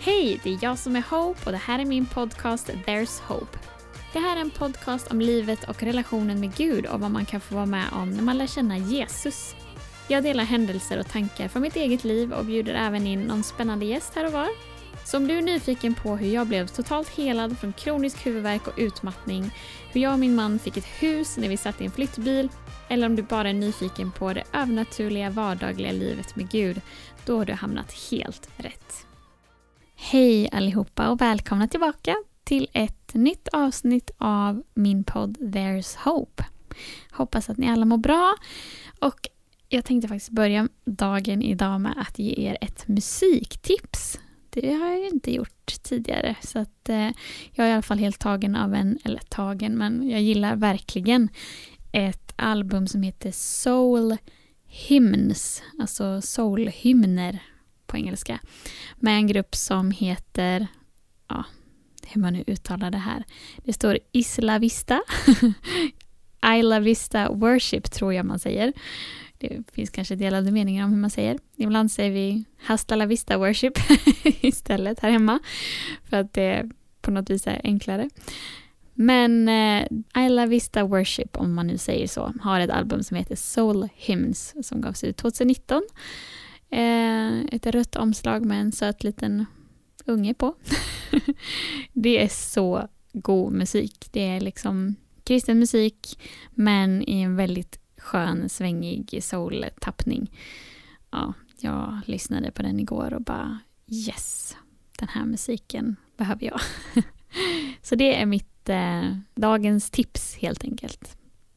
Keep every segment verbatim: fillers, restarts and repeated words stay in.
Hej, det är jag som är Hope och det här är min podcast There's Hope. Det här är en podcast om livet och relationen med Gud och vad man kan få vara med om när man lär känna Jesus. Jag delar händelser och tankar från mitt eget liv och bjuder även in någon spännande gäst här och var. Så om du är nyfiken på hur jag blev totalt helad från kronisk huvudvärk och utmattning, hur jag och min man fick ett hus när vi satt i en flyttbil, eller om du bara är nyfiken på det övernaturliga vardagliga livet med Gud, då har du hamnat helt rätt. Hej allihopa och välkomna tillbaka till ett nytt avsnitt av min podd There's Hope. Hoppas att ni alla mår bra och jag tänkte faktiskt börja dagen idag med att ge er ett musiktips. Det har jag inte gjort tidigare så att eh, jag är i alla fall helt tagen av en, eller tagen, men jag gillar verkligen ett album som heter Soul Hymns, alltså soulhymner på engelska, med en grupp som heter, ja, hur man nu uttalar det här. Det står Isla Vista, Isla Vista Worship tror jag man säger. Det finns kanske delade meningar om hur man säger. Ibland säger vi Hasta la Vista Worship istället här hemma. För att det på något vis är enklare. Men eh, Isla Vista Worship, om man nu säger så, har ett album som heter Soul Hymns som gavs ut tjugonitton. Eh, ett rött omslag med en söt liten unge på. Det är så god musik. Det är liksom kristen musik men i en väldigt skön, svängig soul-tappning. Ja, jag lyssnade på den igår och bara yes, den här musiken behöver jag. Så det är mitt eh, dagens tips helt enkelt.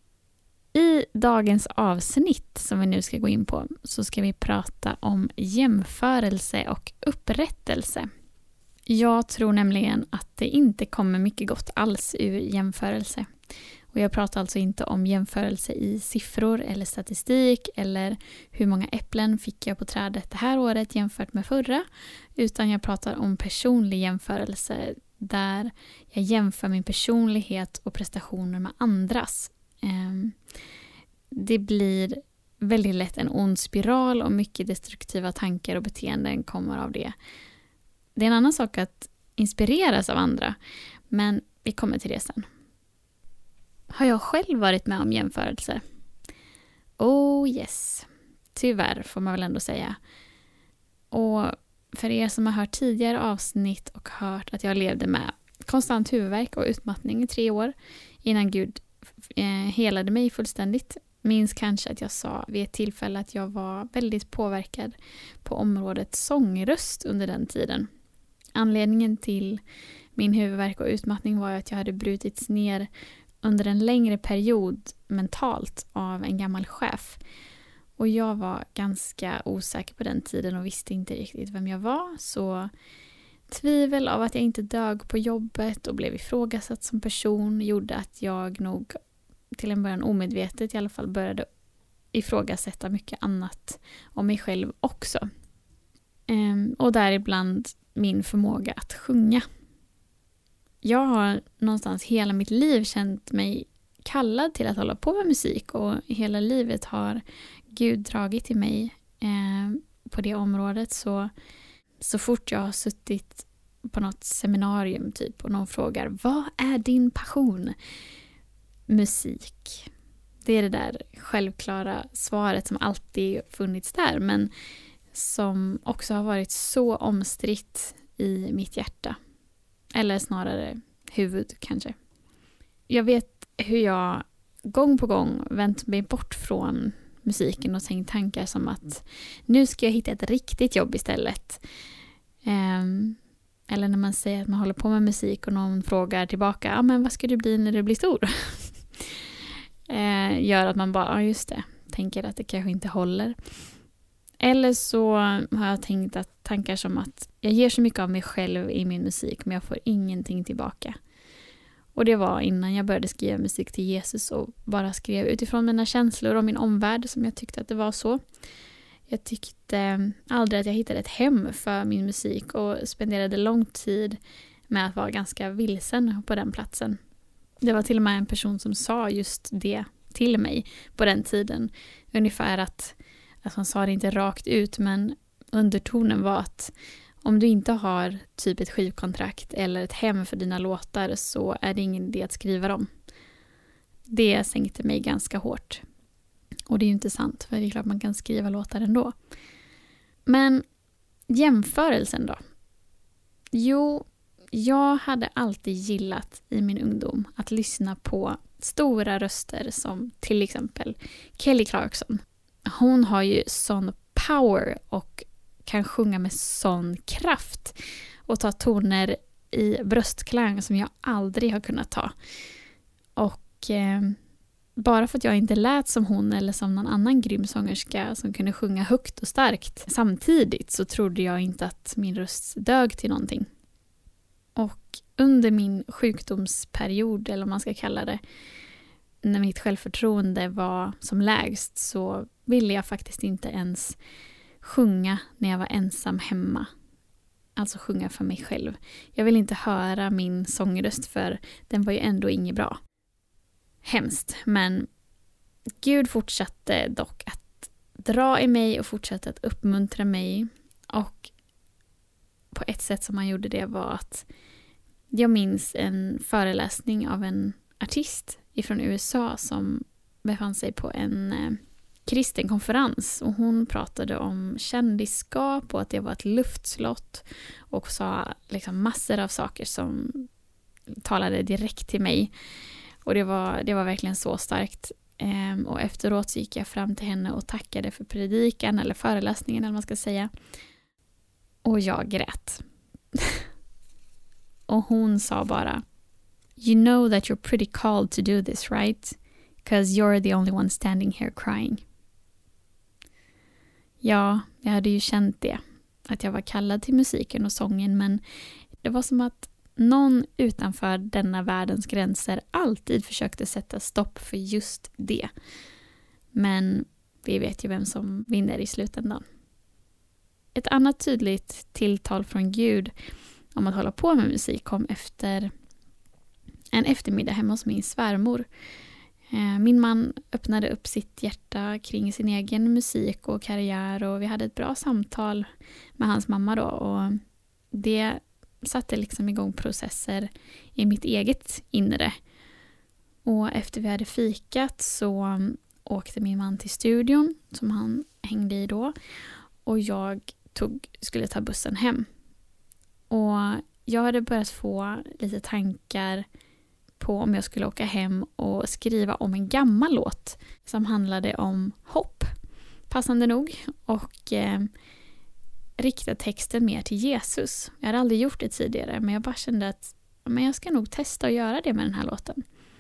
I dagens avsnitt som vi nu ska gå in på så ska vi prata om jämförelse och upprättelse. Jag tror nämligen att det inte kommer mycket gott alls ur jämförelse. Och jag pratar alltså inte om jämförelse i siffror eller statistik eller hur många äpplen fick jag på trädet det här året jämfört med förra. Utan jag pratar om personlig jämförelse där jag jämför min personlighet och prestationer med andras. Det blir väldigt lätt en ond spiral och mycket destruktiva tankar och beteenden kommer av det. Det är en annan sak att inspireras av andra, men vi kommer till det sen. Har jag själv varit med om jämförelse? Oh yes. Tyvärr får man väl ändå säga. Och för er som har hört tidigare avsnitt och hört att jag levde med konstant huvudvärk och utmattning i tre år innan Gud eh, helade mig fullständigt. Minns kanske att jag sa vid ett tillfälle att jag var väldigt påverkad på området sångröst under den tiden. Anledningen till min huvudvärk och utmattning var att jag hade brutits ner under en längre period mentalt av en gammal chef. Och jag var ganska osäker på den tiden och visste inte riktigt vem jag var. Så tvivel av att jag inte dög på jobbet och blev ifrågasatt som person gjorde att jag nog till en början omedvetet i alla fall började ifrågasätta mycket annat om mig själv också. Ehm, och däribland min förmåga att sjunga. Jag har någonstans hela mitt liv känt mig kallad till att hålla på med musik och hela livet har Gud dragit till mig eh, på det området. Så, så fort jag har suttit på något seminarium typ och någon frågar, vad är din passion? Musik. Det är det där självklara svaret som alltid funnits där men som också har varit så omstritt i mitt hjärta. Eller snarare huvud kanske. Jag vet hur jag gång på gång vänt mig bort från musiken och tänkt tankar som att nu ska jag hitta ett riktigt jobb istället. Um, eller när man säger att man håller på med musik och någon frågar tillbaka, ja ah, men vad ska du bli när du blir stor? uh, gör att man bara, ja ah, just det, tänker att det kanske inte håller. Eller så har jag tänkt att tankar som att jag ger så mycket av mig själv i min musik men jag får ingenting tillbaka. Och det var innan jag började skriva musik till Jesus och bara skrev utifrån mina känslor och min omvärld som jag tyckte att det var så. Jag tyckte aldrig att jag hittade ett hem för min musik och spenderade lång tid med att vara ganska vilsen på den platsen. Det var till och med en person som sa just det till mig på den tiden. Ungefär att, att han sa det inte rakt ut men undertonen var att Om du inte har typ ett skivkontrakt eller ett hem för dina låtar så är det ingen idé att skriva dem. Det sänkte mig ganska hårt. Och det är ju inte sant, för det är klart man kan skriva låtar ändå. Men jämförelsen då? Jo, jag hade alltid gillat i min ungdom att lyssna på stora röster som till exempel Kelly Clarkson. Hon har ju sån power och kan sjunga med sån kraft och ta toner i bröstklang som jag aldrig har kunnat ta. Och eh, bara för att jag inte lät som hon eller som någon annan grym sångerska som kunde sjunga högt och starkt samtidigt, så trodde jag inte att min röst dög till någonting. Och under min sjukdomsperiod, eller vad man ska kalla det, när mitt självförtroende var som lägst, så ville jag faktiskt inte ens sjunga när jag var ensam hemma. Alltså sjunga för mig själv. Jag ville inte höra min sångröst, för den var ju ändå inget bra. Hemskt, men Gud fortsatte dock att dra i mig och fortsatte att uppmuntra mig. Och på ett sätt som han gjorde det var att jag minns en föreläsning av en artist ifrån U S A som befann sig på en eh, kristen konferens, och hon pratade om kändisskap och att det var ett luftslott och sa liksom massor av saker som talade direkt till mig. Och det var, det var verkligen så starkt. Ehm, och efteråt så gick jag fram till henne och tackade för predikan eller föreläsningen eller vad man ska säga. Och jag grät. Och hon sa bara: "You know that you're pretty called to do this, right? Because you're the only one standing here crying." Ja, jag hade ju känt det. Att jag var kallad till musiken och sången, men det var som att någon utanför denna världens gränser alltid försökte sätta stopp för just det. Men vi vet ju vem som vinner i slutändan. Ett annat tydligt tilltal från Gud om att hålla på med musik kom efter en eftermiddag hemma hos min svärmor. Min man öppnade upp sitt hjärta kring sin egen musik och karriär, och vi hade ett bra samtal med hans mamma då, och det satte liksom igång processer i mitt eget inre. Och efter vi hade fikat så åkte min man till studion som han hängde i då, och jag tog, skulle ta bussen hem. Och jag hade börjat få lite tankar på om jag skulle åka hem och skriva om en gammal låt som handlade om hopp, passande nog, och eh, rikta texten mer till Jesus. Jag hade aldrig gjort det tidigare, men jag bara kände att men jag ska nog testa att göra det med den här låten.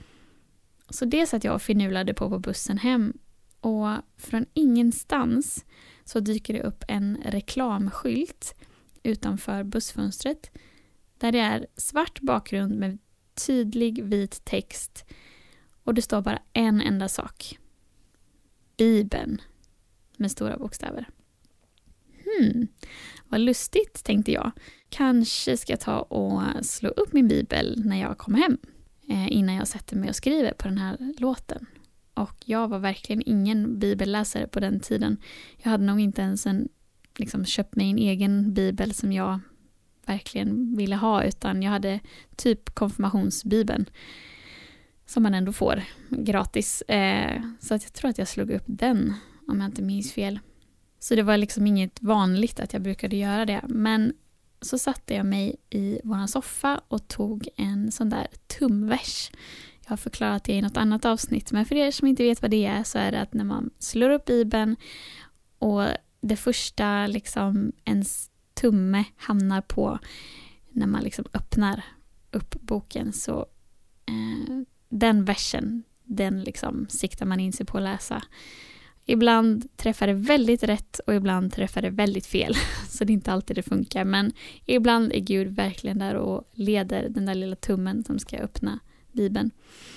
Så det satt jag och finulade på på bussen hem, och från ingenstans så dyker det upp en reklamskylt utanför bussfönstret där det är svart bakgrund med tydlig vit text, och det står bara en enda sak: Bibeln, med stora bokstäver. Hmm, vad lustigt, tänkte jag. Kanske ska jag ta och slå upp min bibel när jag kommer hem eh, innan jag sätter mig och skriver på den här låten. Och jag var verkligen ingen bibelläsare på den tiden. Jag hade nog inte ens en, liksom, köpt mig en egen bibel som jag verkligen ville ha, utan jag hade typ konfirmationsbibeln som man ändå får gratis. Eh, så att jag tror att jag slog upp den, om jag inte minns fel. Så det var liksom inget vanligt att jag brukade göra det. Men så satte jag mig i våran soffa och tog en sån där tumvers. Jag har förklarat det i något annat avsnitt, men för er som inte vet vad det är, så är det att när man slår upp Bibeln och det första liksom ens tumme hamnar på när man liksom öppnar upp boken, så eh, den versen, den liksom siktar man in sig på att läsa. Ibland träffar det väldigt rätt och ibland träffar det väldigt fel. Så det är inte alltid det funkar. Men ibland är Gud verkligen där och leder den där lilla tummen som ska öppna Bibeln.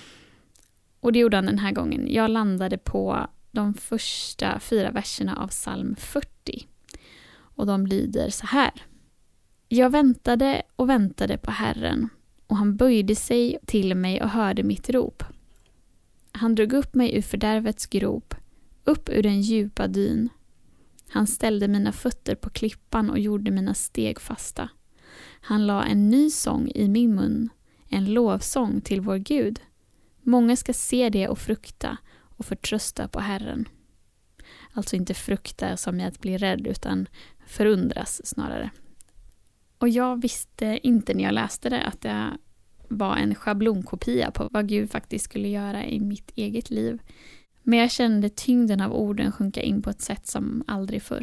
Och det gjorde han den här gången. Jag landade på de första fyra verserna av psalm fyrtio. Och de lyder så här: Jag väntade och väntade på Herren, och han böjde sig till mig och hörde mitt rop. Han drog upp mig ur fördärvets grop, upp ur den djupa dyn. Han ställde mina fötter på klippan och gjorde mina steg fasta. Han la en ny sång i min mun, en lovsång till vår Gud. Många ska se det och frukta och förtrösta på Herren. Alltså inte frukta som i att bli rädd, utan förundras snarare. Och jag visste inte när jag läste det att det var en schablonkopia på vad Gud faktiskt skulle göra i mitt eget liv. Men jag kände tyngden av orden sjunka in på ett sätt som aldrig förr.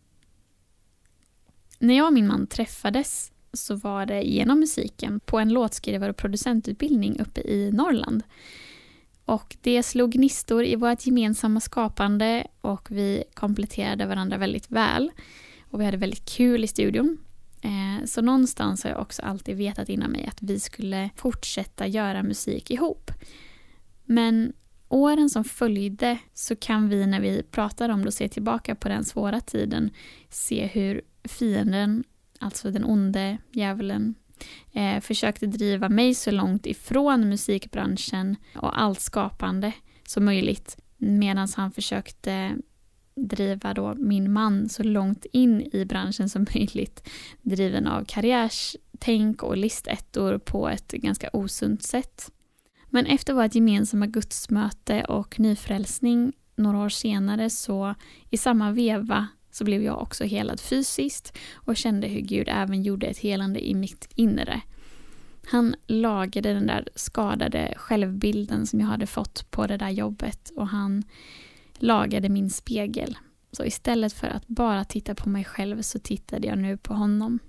När jag och min man träffades så var det genom musiken på en låtskrivare- och producentutbildning uppe i Norrland. Och det slog gnistor i vårt gemensamma skapande och vi kompletterade varandra väldigt väl. Och vi hade väldigt kul i studion. Eh, så någonstans har jag också alltid vetat inom mig att vi skulle fortsätta göra musik ihop. Men åren som följde så kan vi när vi pratar om det och ser tillbaka på den svåra tiden se hur fienden, alltså den onde djävulen, eh, försökte driva mig så långt ifrån musikbranschen och allt skapande som möjligt, medan han försökte driva då min man så långt in i branschen som möjligt, driven av karriärstänk och listettor på ett ganska osunt sätt. Men efter vårt gemensamma gudsmöte och nyfrälsning några år senare så i samma veva så blev jag också helad fysiskt och kände hur Gud även gjorde ett helande i mitt inre. Han lagade den där skadade självbilden som jag hade fått på det där jobbet och han lagade min spegel. Så istället för att bara titta på mig själv så tittade jag nu på honom.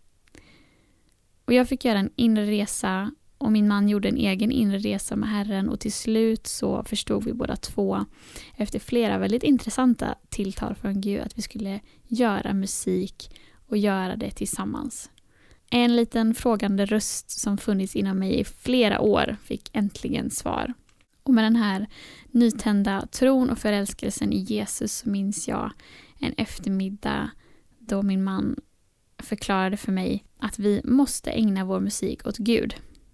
Och jag fick göra en inre resa och min man gjorde en egen inre resa med Herren och till slut så förstod vi båda två efter flera väldigt intressanta tilltal från Gud att vi skulle göra musik och göra det tillsammans. En liten frågande röst som funnits inom mig i flera år fick äntligen svar. Och med den här nytända tron och förälskelsen i Jesus så minns jag en eftermiddag då min man förklarade för mig att vi måste ägna vår musik åt Gud.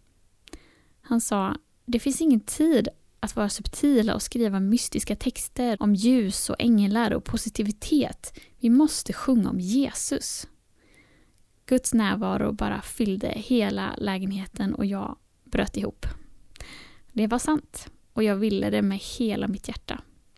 Han sa, det finns ingen tid att vara subtila och skriva mystiska texter om ljus och änglar och positivitet. Vi måste sjunga om Jesus. Guds närvaro bara fyllde hela lägenheten och jag bröt ihop. Det var sant och jag ville det med hela mitt hjärta.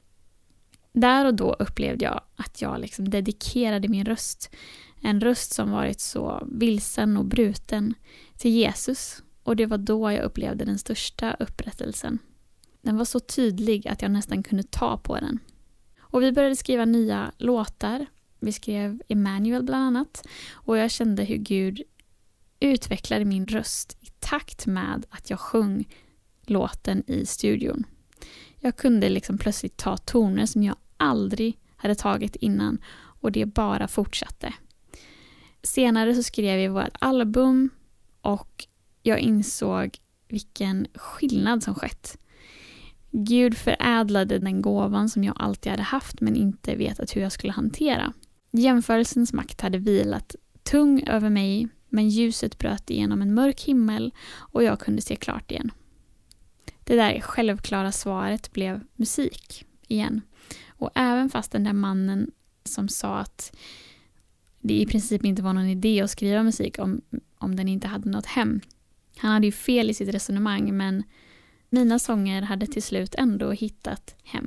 Där och då upplevde jag att jag liksom dedikerade min röst, en röst som varit så vilsen och bruten, till Jesus. Och det var då jag upplevde den största upprättelsen. Den var så tydlig att jag nästan kunde ta på den. Och vi började skriva nya låtar. Vi skrev Emmanuel bland annat. Och jag kände hur Gud utvecklade min röst i takt med att jag sjöng låten i studion. Jag kunde liksom plötsligt ta toner som jag aldrig hade tagit innan. Och det bara fortsatte. Senare så skrev vi vårt album och jag insåg vilken skillnad som skett. Gud förädlade den gåvan som jag alltid hade haft men inte vetat hur jag skulle hantera. Jämförelsens makt hade vilat tung över mig men ljuset bröt igenom en mörk himmel och jag kunde se klart igen. Det där självklara svaret blev musik igen. Och även fast den där mannen som sa att det i princip inte var någon idé att skriva musik om, om den inte hade något hem. Han hade ju fel i sitt resonemang men mina sånger hade till slut ändå hittat hem.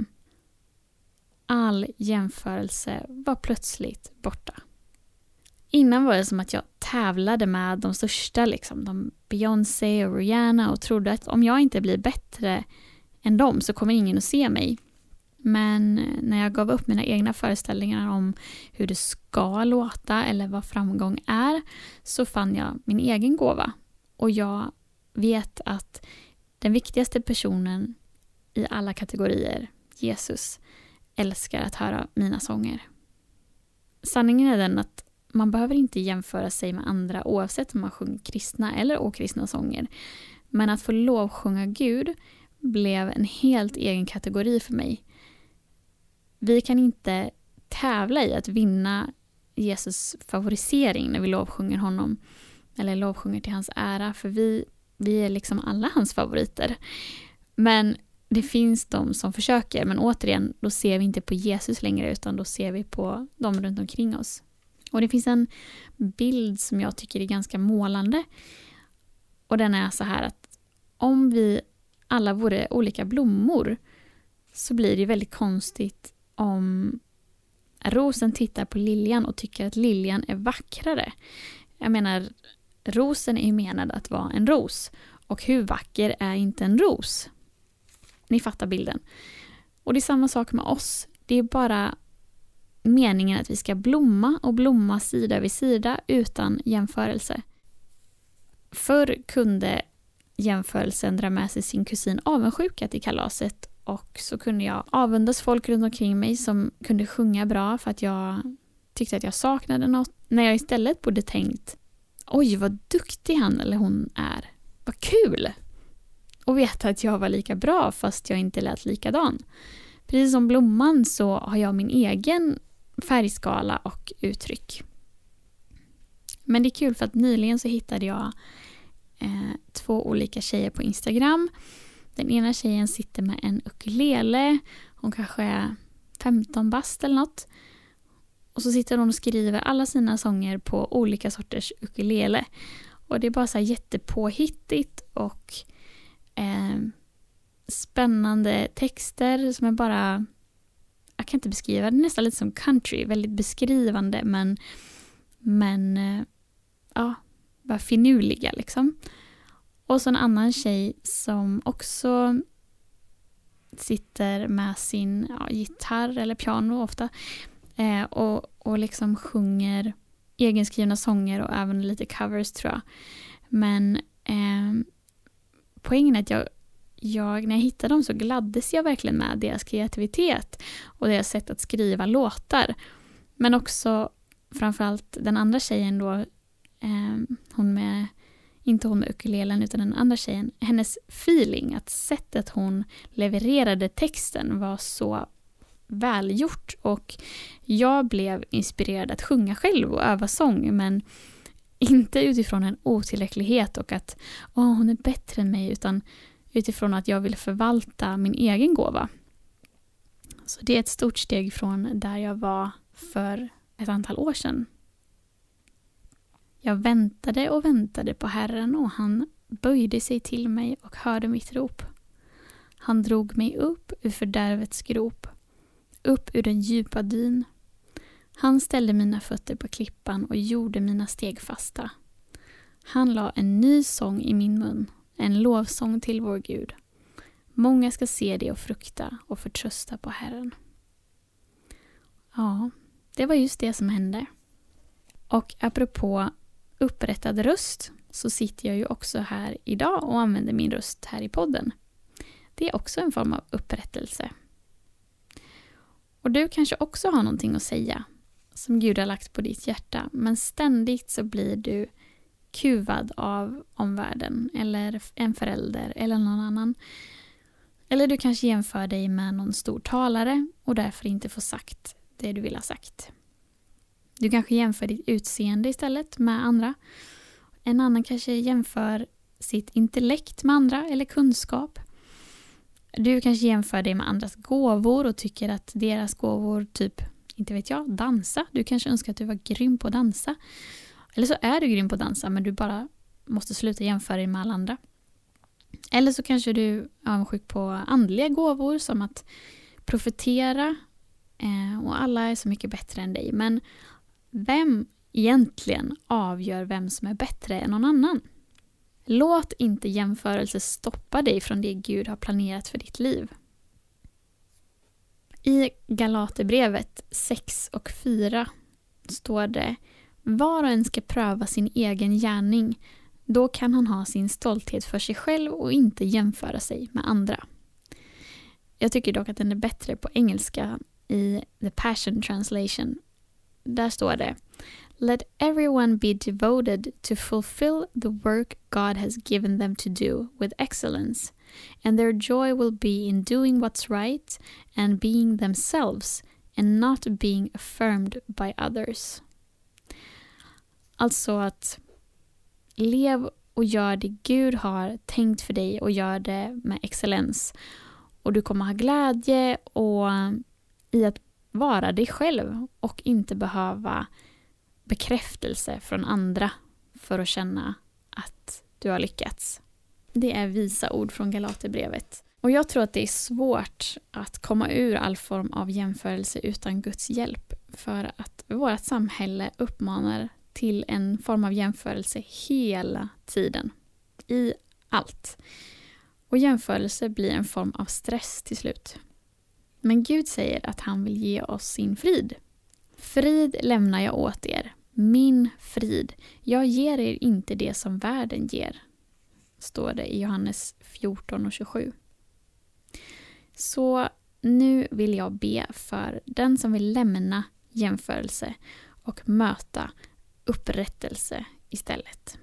All jämförelse var plötsligt borta. Innan var det som att jag tävlade med de största, liksom, de Beyoncé och Rihanna och trodde att om jag inte blir bättre än dem så kommer ingen att se mig. Men när jag gav upp mina egna föreställningar om hur det ska låta eller vad framgång är så fann jag min egen gåva. Och jag vet att den viktigaste personen i alla kategorier, Jesus, älskar att höra mina sånger. Sanningen är den att man behöver inte jämföra sig med andra oavsett om man sjunger kristna eller okristna sånger. Men att få lovsjunga Gud blev en helt egen kategori för mig. Vi kan inte tävla i att vinna Jesus favorisering när vi lovsjunger honom eller lovsjunger till hans ära, för vi, vi är liksom alla hans favoriter. Men det finns de som försöker, men återigen, då ser vi inte på Jesus längre, utan då ser vi på dem runt omkring oss. Och det finns en bild som jag tycker är ganska målande. Och den är så här att om vi alla vore olika blommor så blir det väldigt konstigt om rosen tittar på liljan och tycker att liljan är vackrare. Jag menar, rosen är ju menad att vara en ros. Och hur vacker är inte en ros? Ni fattar bilden. Och det är samma sak med oss. Det är bara meningen att vi ska blomma och blomma sida vid sida utan jämförelse. Förr kunde jämförelsen dra med sig sin kusin avundsjuka till kalaset, och så kunde jag avundas folk runt omkring mig som kunde sjunga bra för att jag tyckte att jag saknade något, när jag istället borde tänkt: oj, vad duktig han eller hon är. Vad kul! Och veta att jag var lika bra fast jag inte lät likadan. Precis som blomman så har jag min egen färgskala och uttryck. Men det är kul för att nyligen så hittade jag eh, två olika tjejer på Instagram. Den ena tjejen sitter med en ukulele. Hon kanske är femton bast eller något. Och så sitter hon och skriver alla sina sånger på olika sorters ukulele. Och det är bara så här jättepåhittigt och eh, spännande texter som är bara, jag kan inte beskriva, det är nästan lite som country, väldigt beskrivande men, men eh, ja, bara finurliga liksom. Och så en annan tjej som också sitter med sin ja, gitarr eller piano ofta eh, och, och liksom sjunger egenskrivna sånger och även lite covers tror jag. Men eh, poängen är att jag, jag, när jag hittade dem så gladdes jag verkligen med deras kreativitet och deras sätt att skriva låtar. Men också framförallt den andra tjejen då, eh, hon med, inte hon med ukulelen utan den andra tjejen, hennes feeling, att sättet hon levererade texten var så välgjort, och jag blev inspirerad att sjunga själv och öva sång, men inte utifrån en otillräcklighet och att åh, hon är bättre än mig, utan utifrån att jag vill förvalta min egen gåva. Så det är ett stort steg från där jag var för ett antal år sedan. Jag väntade och väntade på Herren, och han böjde sig till mig och hörde mitt rop. Han drog mig upp ur fördärvets grop, upp ur den djupa dyn. Han ställde mina fötter på klippan och gjorde mina steg fasta. Han la en ny sång i min mun, en lovsång till vår Gud. Många ska se det och frukta och förtrösta på Herren. Ja, det var just det som hände. Och apropå upprättad röst så sitter jag ju också här idag och använder min röst här i podden. Det är också en form av upprättelse. Och du kanske också har någonting att säga som Gud har lagt på ditt hjärta, men ständigt så blir du kuvad av omvärlden eller en förälder eller någon annan. Eller du kanske jämför dig med någon stor talare och därför inte får sagt det du vill ha sagt. Du kanske jämför ditt utseende istället med andra. En annan kanske jämför sitt intellekt med andra eller kunskap. Du kanske jämför dig med andras gåvor och tycker att deras gåvor, typ, inte vet jag, dansa. Du kanske önskar att du var grym på att dansa. Eller så är du grym på att dansa, men du bara måste sluta jämföra dig med alla andra. Eller så kanske du är avundsjuk på andliga gåvor som att profetera. Eh, och alla är så mycket bättre än dig. Men vem egentligen avgör vem som är bättre än någon annan? Låt inte jämförelse stoppa dig från det Gud har planerat för ditt liv. I Galaterbrevet sex och fyra står det: var och en ska pröva sin egen gärning. Då kan han ha sin stolthet för sig själv och inte jämföra sig med andra. Jag tycker dock att den är bättre på engelska i The Passion Translation. Där står det: let everyone be devoted to fulfill the work God has given them to do with excellence, and their joy will be in doing what's right and being themselves and not being affirmed by others. Alltså att lev och gör det Gud har tänkt för dig och gör det med excellens. Och du kommer ha glädje och i att vara dig själv och inte behöva bekräftelse från andra för att känna att du har lyckats. Det är visa ord från Galaterbrevet. Och jag tror att det är svårt att komma ur all form av jämförelse utan Guds hjälp, för att vårt samhälle uppmanar till en form av jämförelse hela tiden. I allt. Och jämförelse blir en form av stress till slut. Men Gud säger att han vill ge oss sin frid. Frid lämnar jag åt er. Min frid. Jag ger er inte det som världen ger. Står det i Johannes fjorton och tjugosju. Så nu vill jag be för den som vill lämna jämförelse och möta upprättelse istället.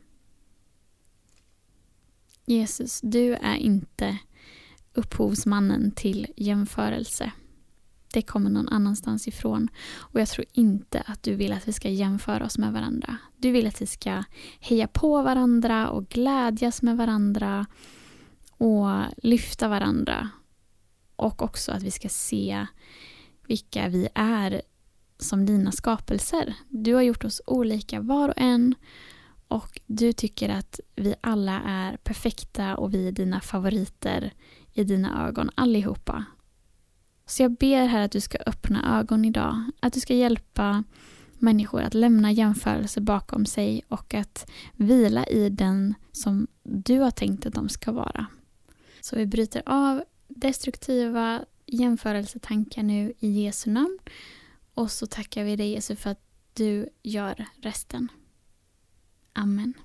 Jesus, du är inte upphovsmannen till jämförelse. Det kommer någon annanstans ifrån. Och jag tror inte att du vill att vi ska jämföra oss med varandra. Du vill att vi ska heja på varandra och glädjas med varandra och lyfta varandra. Och också att vi ska se vilka vi är som dina skapelser. Du har gjort oss olika var och en. Och du tycker att vi alla är perfekta och vi är dina favoriter i dina ögon allihopa. Så jag ber här att du ska öppna ögon idag. Att du ska hjälpa människor att lämna jämförelse bakom sig och att vila i den som du har tänkt att de ska vara. Så vi bryter av destruktiva jämförelsetankar nu i Jesu namn. Och så tackar vi dig, Jesus, för att du gör resten. Amen.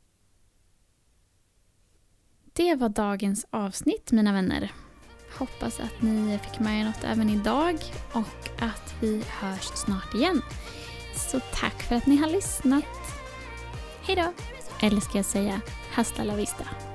Det var dagens avsnitt, mina vänner. Hoppas att ni fick med er något även idag och att vi hörs snart igen. Så tack för att ni har lyssnat. Hej då! Eller ska jag säga hasta la vista.